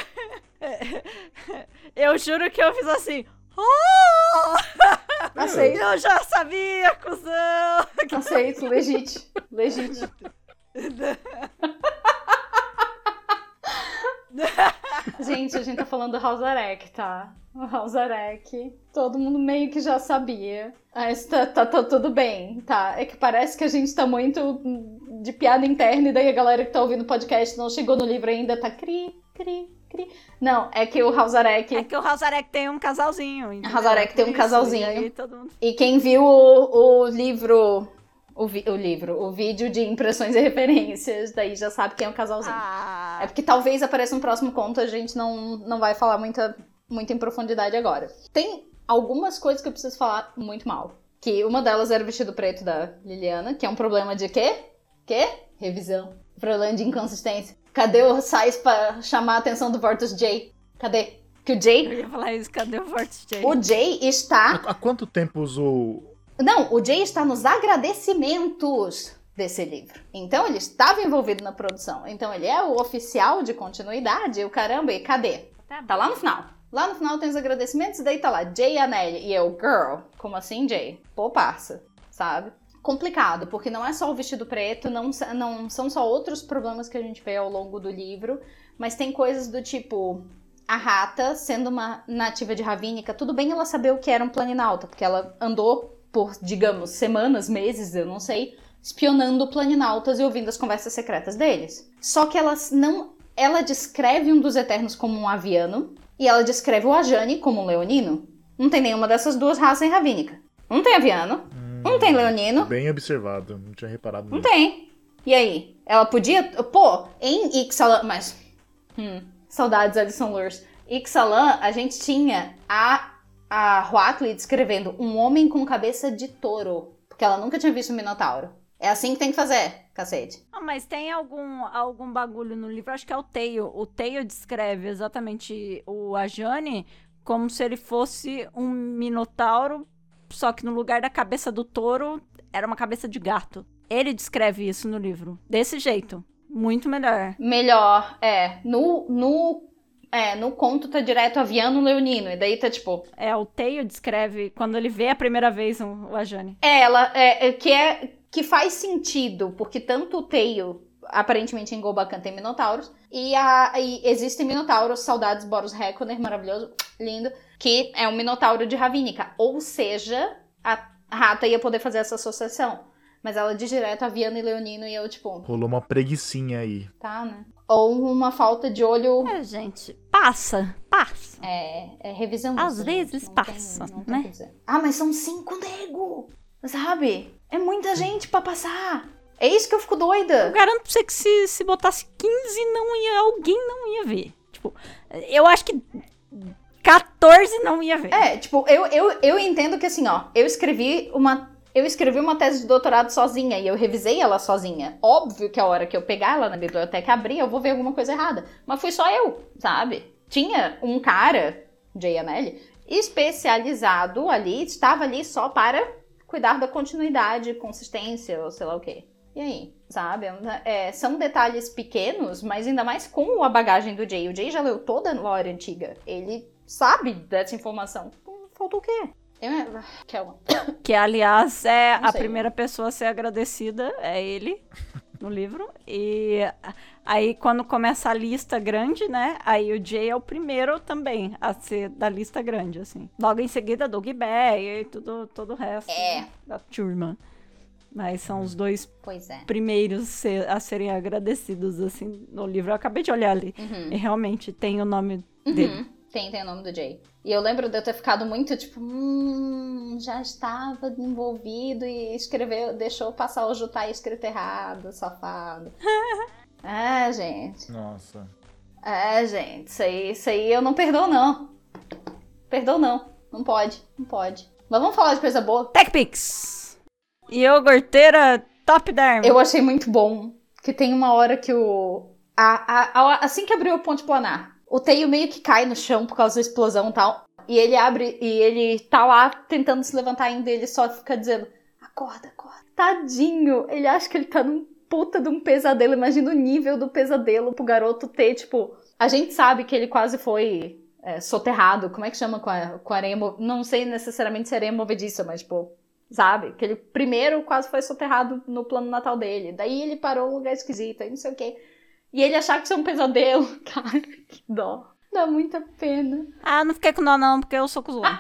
Eu juro que eu fiz assim... Oh! Aceito. Eu já sabia, cuzão! Aceito, legítimo. Legítimo. Gente, a gente tá falando do Hausarek, tá? O Hausarek, todo mundo meio que já sabia. Mas tá, tá, tá tudo bem, tá? É que parece que a gente tá muito de piada interna e daí a galera que tá ouvindo o podcast não chegou no livro ainda, tá cri, cri, cri. Não, é que o Hausarek... É que o Hausarek tem um casalzinho. O Hausarek tem um isso, casalzinho. E, aí, todo mundo... e quem viu o, o livro... O, vi, o livro, o vídeo de impressões e referências, daí já sabe quem é o casalzinho. Ah. É porque talvez apareça um próximo conto, a gente não, não vai falar muita, muito em profundidade agora. Tem algumas coisas que eu preciso falar muito mal. Que uma delas era o vestido preto da Liliana, que é um problema de quê? Quê? Revisão. Problema de inconsistência. Cadê o Sais pra chamar a atenção do Vortus J? Cadê? Que o Jay... Eu ia falar isso, cadê o Vortus J? O Jay está... Há, há quanto tempo usou... Não, o Jay está nos agradecimentos desse livro. Então, ele estava envolvido na produção. Então, ele é o oficial de continuidade. E o caramba, e cadê? Tá, tá lá no final. Lá no final tem os agradecimentos e daí tá lá, Jay e a Nelly. E eu, girl, como assim, Jay? Pô, parça. sabe? Complicado, porque não é só o vestido preto, não, não são só outros problemas que a gente vê ao longo do livro, mas tem coisas do tipo, a Rata, sendo uma nativa de Ravínica, tudo bem ela saber o que era um Planinauta, porque ela andou por, digamos, semanas, meses, eu não sei, espionando Planinautas e ouvindo as conversas secretas deles. Só que ela não, ela descreve um dos Eternos como um Aviano, e ela descreve o Ajani como um Leonino. Não tem nenhuma dessas duas raças em Ravínica. Não tem Aviano. Não tem Leonino. Bem observado, não tinha reparado nisso. Não tem. E aí? Ela podia... Pô, em Ixalan... Mas... Hum, saudades, Alison Lurs. Ixalan, a gente tinha a, a Huatli descrevendo um homem com cabeça de touro. Porque ela nunca tinha visto um Minotauro. É assim que tem que fazer, cacete. Ah, mas tem algum, algum bagulho no livro, acho que é o Teio. O Teio descreve exatamente o Ajani como se ele fosse um Minotauro, só que no lugar da cabeça do touro, era uma cabeça de gato. Ele descreve isso no livro. Desse jeito. Muito melhor. Melhor, é. No, no, é, no conto tá direto Aviano Leonino. E daí tá tipo... É, o Teio descreve quando ele vê a primeira vez o, o Ajani. É, ela... É, é, que, é, que faz sentido, porque tanto o Teio... Aparentemente em Golbacan tem minotauros. E, a, e existem minotauros, saudades Boros Reconer, maravilhoso, lindo, que é um minotauro de Ravínica. Ou seja, a Rata ia poder fazer essa associação. Mas ela diz direto Aviano e Leonino e eu, tipo... Rolou uma preguicinha aí. Tá, né? Ou uma falta de olho... É, gente, passa, passa. É, é revisão. Às isso, vezes não passa, tem, não tem né? o que dizer. Ah, mas são cinco nego! Sabe? É muita gente pra passar. É isso que eu fico doida. Eu garanto pra você que se, se botasse quinze, não ia, alguém não ia ver. Tipo, eu acho que quatorze não ia ver. É, tipo, eu, eu, eu entendo que assim, ó, eu escrevi uma... Eu escrevi uma tese de doutorado sozinha e eu revisei ela sozinha. Óbvio que a hora que eu pegar ela na biblioteca e abrir, eu vou ver alguma coisa errada. Mas fui só eu, sabe? Tinha um cara, J M L, especializado ali, estava ali só para cuidar da continuidade, consistência, ou sei lá o quê. E aí, sabe? É, são detalhes pequenos, mas ainda mais com a bagagem do Jay. O Jay já leu toda a lore antiga. Ele sabe dessa informação. Faltou o quê? Eu, Kelma. Que, aliás, é Não a sei. primeira pessoa a ser agradecida, é ele, no livro. E aí, quando começa a lista grande, né? Aí o Jay é o primeiro também a ser da lista grande, assim. Logo em seguida, Doug Bear e tudo, todo o resto É. da turma. Mas são os dois Pois é. primeiros ser- a serem agradecidos, assim, no livro. Eu acabei de olhar ali. Uhum. E realmente tem o nome dele. Uhum. Tem, tem o nome do Jay. E eu lembro de eu ter ficado muito, tipo, hum, já estava envolvido e escreveu, deixou passar o Jutai escrito errado, safado. É, gente. Nossa. É, gente, isso aí, isso aí eu não perdoo, não. Perdoo, não. Não pode, não pode. Mas vamos falar de coisa boa. TechPix. Iogurteira top da arma. Eu achei muito bom que tem uma hora que o... A, a, a- assim que abriu o ponte planar, o Teio meio que cai no chão por causa da explosão e tal. E ele abre e ele tá lá tentando se levantar ainda e ele só fica dizendo: acorda, acorda. Tadinho. Ele acha que ele tá num puta de um pesadelo. Imagina o nível do pesadelo pro garoto ter, tipo... A gente sabe que ele quase foi é, soterrado. Como é que chama com a, com a areia... mo- Não sei necessariamente se é areia movediça, mas, tipo... Sabe? Que ele primeiro quase foi soterrado no plano natal dele. Daí ele parou num lugar esquisito, aí não sei o quê. E ele achar que isso é um pesadelo. Cara, que dó. Dá muita pena. Ah, não fiquei com dó não, porque eu sou cuzona.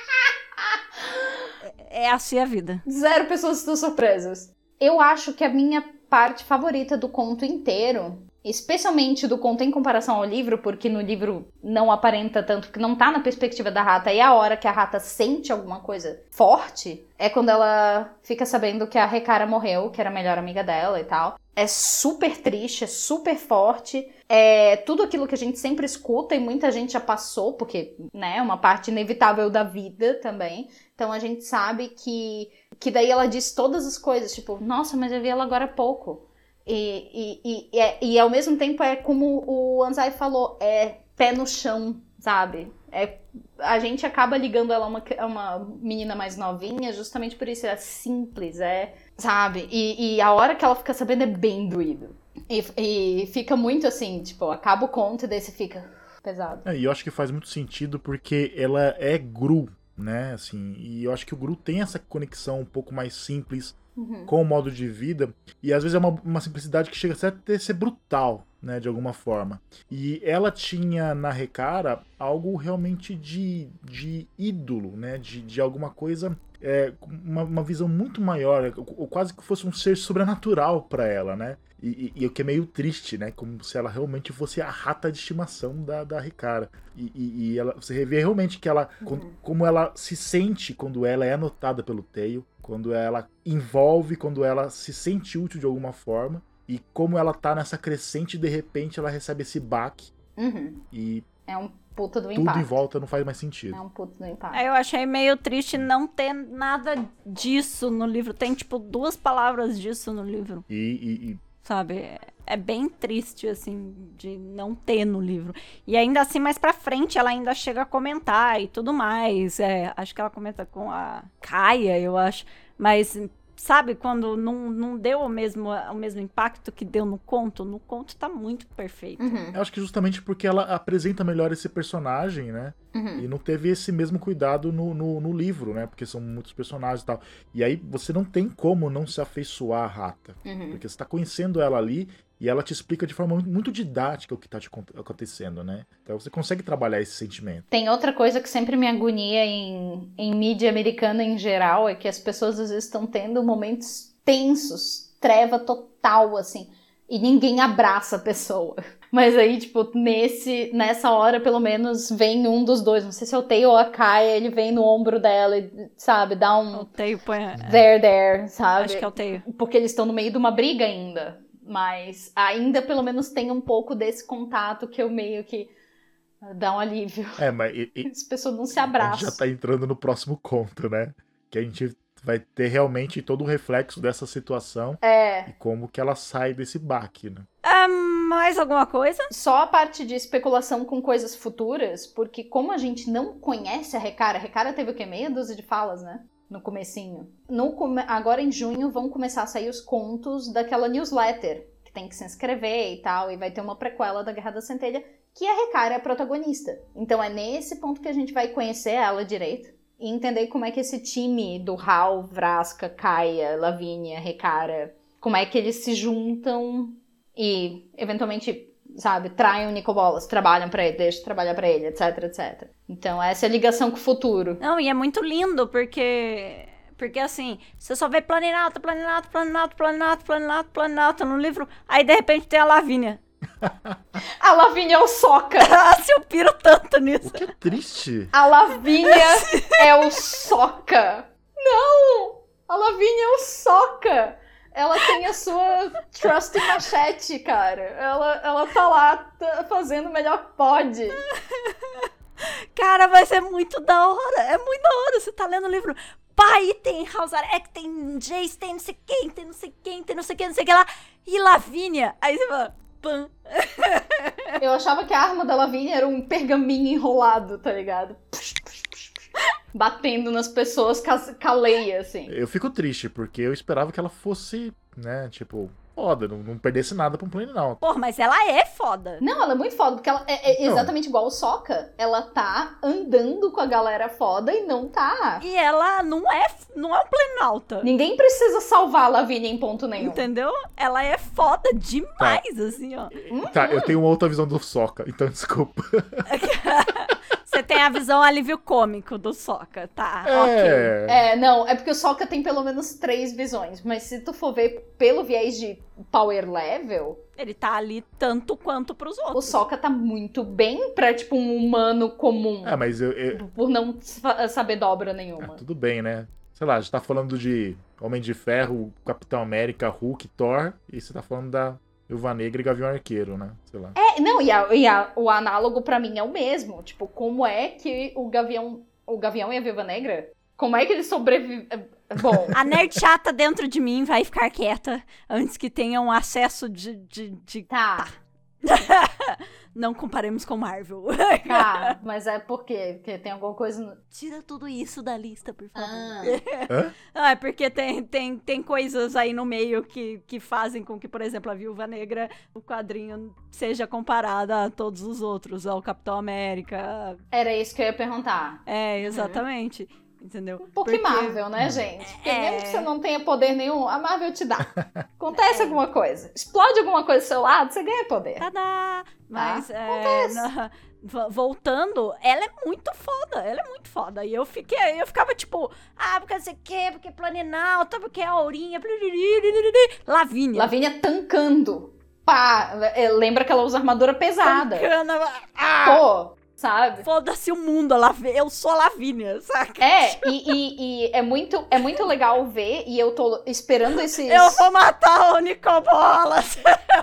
É assim a vida. Zero pessoas estão surpresas. Eu acho que a minha parte favorita do conto inteiro, especialmente do conto em comparação ao livro, porque no livro não aparenta tanto, porque não tá na perspectiva da Rata, e a hora que a Rata sente alguma coisa forte, é quando ela fica sabendo que a Rekara morreu, que era a melhor amiga dela e tal. É super triste, é super forte, é tudo aquilo que a gente sempre escuta e muita gente já passou, porque, né, é uma parte inevitável da vida também. Então a gente sabe que, que daí ela diz todas as coisas, tipo, nossa, mas eu vi ela agora há pouco. E, e, e, e, é- e ao mesmo tempo é como o Anzai falou, é pé no chão, sabe? É, a gente acaba ligando ela a uma, a uma menina mais novinha justamente por isso, é simples, é, sabe? E, e a hora que ela fica sabendo é bem doído. E, e fica muito assim, tipo, acaba o conto e daí você fica pesado. É, e eu acho que faz muito sentido porque ela é Gru, né, assim, e eu acho que o Gru tem essa conexão um pouco mais simples Uhum. com o modo de vida, e às vezes é uma, uma simplicidade que chega até a ser brutal, né, de alguma forma. E ela tinha na Rekara algo realmente de, de ídolo, né, de, de alguma coisa, é, uma, uma visão muito maior, ou quase que fosse um ser sobrenatural para ela, né. E, e, e o que é meio triste, né? Como se ela realmente fosse a rata de estimação da, da Rekara. E, e, e ela, você revê realmente que ela, Uhum. quando, como ela se sente quando ela é anotada pelo Tail, quando ela envolve, quando ela se sente útil de alguma forma, e como ela tá nessa crescente e de repente ela recebe esse baque Uhum. e É um puta do tudo impacto. em volta não faz mais sentido. É um puta do impacto. Aí eu achei meio triste não ter nada disso no livro. Tem, tipo, duas palavras disso no livro. E, e, e Sabe? É- É bem triste, assim, de não ter no livro. E ainda assim, mais pra frente, ela ainda chega a comentar e tudo mais. É, acho que ela comenta com a Kaia, eu acho. Mas, sabe, quando não, não deu o mesmo, o mesmo impacto que deu no conto, no conto tá muito perfeito. Uhum. eu acho que justamente porque ela apresenta melhor esse personagem, né? Uhum. E não teve esse mesmo cuidado no, no, no livro, né? Porque são muitos personagens e tal. E aí você não tem como não se afeiçoar à rata. Uhum. Porque você tá conhecendo ela ali e ela te explica de forma muito, muito didática o que tá te acon- acontecendo, né? Então você consegue trabalhar esse sentimento. Tem outra coisa que sempre me agonia em, em mídia americana em geral, é que as pessoas às vezes estão tendo momentos tensos, treva total, assim, e ninguém abraça a pessoa. Mas aí, tipo, nesse, nessa hora, pelo menos, vem um dos dois, não sei se é o Tail ou a Kaia, ele vem no ombro dela e, sabe, dá O um Teio põe... there, there, sabe? Acho que é o Teio. Porque eles estão no meio de uma briga ainda. Mas ainda, pelo menos, tem um pouco desse contato que eu meio que dá um alívio. É, mas e- e- As pessoas não se a gente abraçam. já tá entrando no próximo conto, né? Que a gente vai ter realmente todo o reflexo dessa situação É, e como que ela sai desse baque, né? Ah, mais alguma coisa? só a parte de especulação com coisas futuras, porque como a gente não conhece a Rekara, a Rekara teve o quê? Meia dúzia de falas, né? No comecinho. No come- Agora em junho vão começar a sair os contos daquela newsletter, que tem que se inscrever e tal, e vai ter uma prequela da Guerra da Centelha, que a Rekara é a protagonista. Então é nesse ponto que a gente vai conhecer ela direito e entender como é que esse time do Hal, Vraska, Kaia, Lavínia, Rekara, como é que eles se juntam e eventualmente, sabe, traem o Nicobolas, trabalham pra ele, deixam de trabalhar pra ele, etc, etcétera. Então essa é a ligação com o futuro. Não, e é muito lindo, porque... Porque, assim, você só vê Planinato, Planinato, Planinato, Planinato, Planinato, Planinato no livro, aí, de repente, tem a Lavínia. A Lavínia é o Sokka! Nossa, eu piro tanto nisso. O que é triste. A Lavínia é o Sokka! Não! A Lavínia é o Sokka! Ela tem a sua Trusty Machete, cara. Ela, ela tá lá tá fazendo o melhor que pode. Cara, mas é muito da hora. É muito da hora. Você tá lendo o livro. Pai, tem Halzarek, tem Jace, tem não sei quem, tem não sei quem, tem não sei quem, não sei o que lá. E Lavínia. Aí você fala, pã. Eu achava que a arma da Lavínia era um pergaminho enrolado, tá ligado? Batendo nas pessoas ca- caleia, assim. Eu fico triste, porque eu esperava que ela fosse, né, tipo, foda, não, não perdesse nada pra um Planalto. Porra, mas ela é foda. Não, ela é muito foda, porque ela é, é Não. exatamente igual o Sokka. Ela tá andando com a galera foda e não tá. E ela não é, não é um Planalta. Ninguém precisa salvar a Lavínia em ponto nenhum. Entendeu? Ela é foda demais, assim, ó. Tá, eu tenho uma outra visão do Sokka, então desculpa. Você tem a visão alívio cômico do Sokka, tá? Ok. É. É, não, é porque o Sokka tem pelo menos três visões, mas se tu for ver pelo viés de power level, Ele tá ali tanto quanto pros o outros. Sokka tá muito bem pra, tipo, um humano comum, É, mas eu, eu- por não sa- saber dobra ah, nenhuma. tudo bem, né? Sei lá, a gente tá falando de Homem de Ferro, Capitão América, Hulk, Thor, e você tá falando da Viúva Negra e Gavião Arqueiro, né? Sei lá. É, não, e, a- e a- o análogo pra mim é o mesmo. Tipo, como é que o Gavião, o Gavião e a Viúva Negra, como é que eles sobrevivem? Bom, A nerd chata dentro de mim vai ficar quieta antes que tenha um acesso de... de, de... tá. não comparemos com Marvel. Tá, mas é por quê? Porque tem alguma coisa... No... Tira tudo isso da lista, por favor. Ah. Hã? Ah, é porque tem, tem, tem coisas aí no meio que, que fazem com que, por exemplo, a Viúva Negra, o quadrinho, seja comparada a todos os outros, ao Capitão América. Era isso que eu ia perguntar. É, exatamente. Uhum. Entendeu? Um pouco Porque- Marvel, né, gente? Porque É. mesmo que você não tenha poder nenhum, a Marvel te dá. Acontece alguma coisa. Explode alguma coisa do seu lado, você ganha poder. Tadá! Mas, é, na- vo- voltando, ela é muito foda, ela é muito foda. E eu fiquei, eu ficava tipo, ah, porque não sei o quê, porque Planinalta, porque a Aurinha, Lavínia. Lavínia tancando. Pá, é, lembra que ela usa armadura pesada. Tancana, ah, Pô, sabe? foda-se o mundo, a Lav- eu sou a Lavínia, saca? É, e, e- e é, muito, é muito legal ver, e eu tô esperando esses... Eu vou matar o Nicobolas!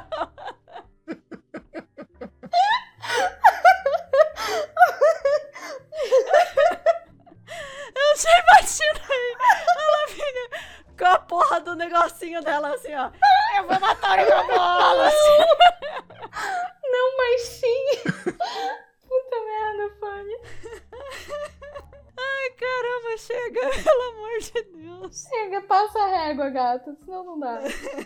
Eu já imaginei a Lavínia com a porra do negocinho dela assim, ó. Eu vou matar o Nicobolas! Não, mas sim. Puta merda, Fanny. Ai, caramba, chega, pelo amor de Deus. Chega, passa a régua, gata, senão não dá.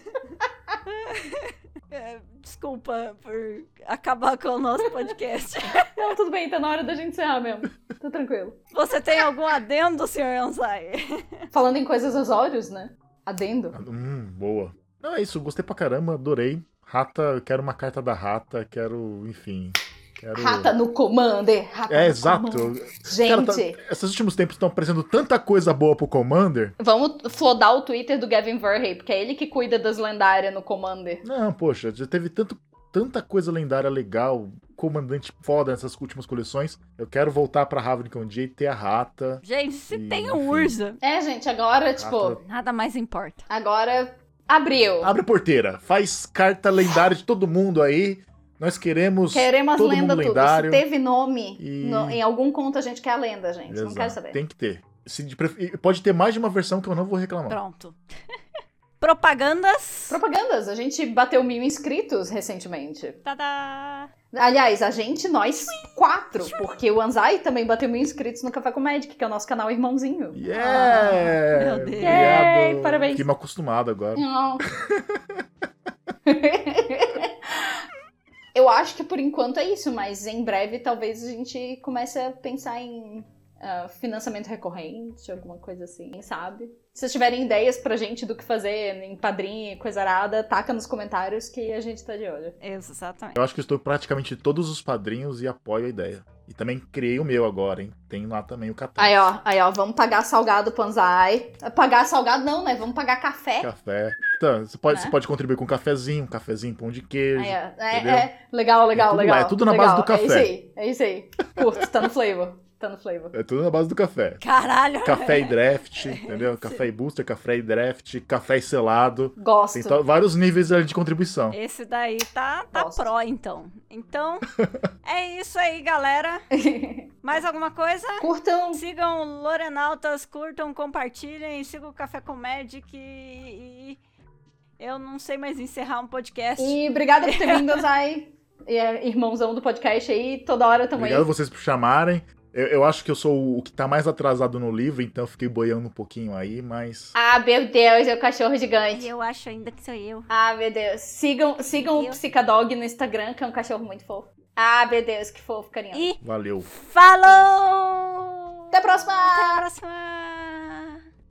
É, desculpa por acabar com o nosso podcast. Não, tudo bem, tá na hora da gente encerrar mesmo. Tá tranquilo. Você tem algum adendo, senhor Anzai? Falando em coisas osórios, né? Adendo. Hum, boa. Não, é isso, gostei pra caramba, adorei. Rata, quero uma carta da Rata, quero, enfim... Quero... Rata no Commander. Rata É, no exato. Commander. Cara, tá- Gente, esses últimos tempos estão aparecendo tanta coisa boa pro Commander. vamos flodar o Twitter do Gavin Verhey, porque é ele que cuida das lendárias no Commander. Não, poxa, já teve tanto, tanta coisa lendária legal, comandante foda nessas últimas coleções. Eu quero voltar pra Ravnica um dia e ter a Rata. Gente, se E, tem um enfim. Urza, É, gente, agora, tipo, Rata- nada mais importa. agora abriu. Abre a porteira, faz carta lendária de todo mundo aí. Nós queremos, Queremos as todo lendas mundo tudo. lendário. Se teve nome E- no- em algum conto, a gente quer a lenda, gente. Não Exato, quero saber. tem que ter. Se de pref- e pode ter mais de uma versão que eu não vou reclamar. Pronto. Propagandas. Propagandas. A gente bateu mil inscritos recentemente. Tadá! Aliás, a gente, nós quatro, porque o Anzai também bateu mil inscritos no Café com Magic, que é o nosso canal irmãozinho. Yeah! meu Deus. Obrigado. Yay, parabéns. Fiquei mal acostumado agora. Não. Eu acho que por enquanto é isso, mas em breve talvez a gente comece a pensar em ah, financiamento recorrente, alguma coisa assim, quem sabe? Se vocês tiverem ideias pra gente do que fazer em padrinho e coisa arada, taca nos comentários que a gente tá de olho. Exatamente. Eu acho que eu estou praticamente todos os padrinhos e apoio a ideia. E também criei o meu agora, hein? Tem lá também o Catarse. Aí ó, aí ó, vamos pagar salgado pro Anzai. Pagar salgado não, né? Vamos pagar café. Café. Então, você pode, Né? você pode contribuir com um cafezinho, um cafezinho, pão de queijo. Aí, ó, é, entendeu? é, legal, legal, É tudo legal. lá, é tudo na legal. base do café. É isso aí, é isso aí. Curto, tá no flavor. Tá no flavor. É tudo na base do café. Caralho. Café e draft, entendeu? Café e booster, café e draft, café e selado. Gosto. Tem to- vários níveis ali de contribuição. Esse daí tá, tá Gosto. pró, então. Então, é isso aí, galera. Mais alguma coisa? Curtam. Sigam Lorenautas, curtam, compartilhem, sigam o Café com Magic e... e eu não sei mais encerrar um podcast. E obrigada por ter vindo, Anzai. E é irmãozão do podcast aí, toda hora tamo Obrigado aí. vocês por chamarem. Eu, eu acho que eu sou o que tá mais atrasado no livro, então eu fiquei boiando um pouquinho aí, mas... Ah, meu Deus, é o cachorro E gigante. eu acho ainda que sou eu. Ah, meu Deus. Sigam, sigam o Eu- Psicadog no Instagram, que é um cachorro muito fofo. Ah, meu Deus, que fofo, carinhoso. E Valeu. falou! Até a próxima! Até a próxima!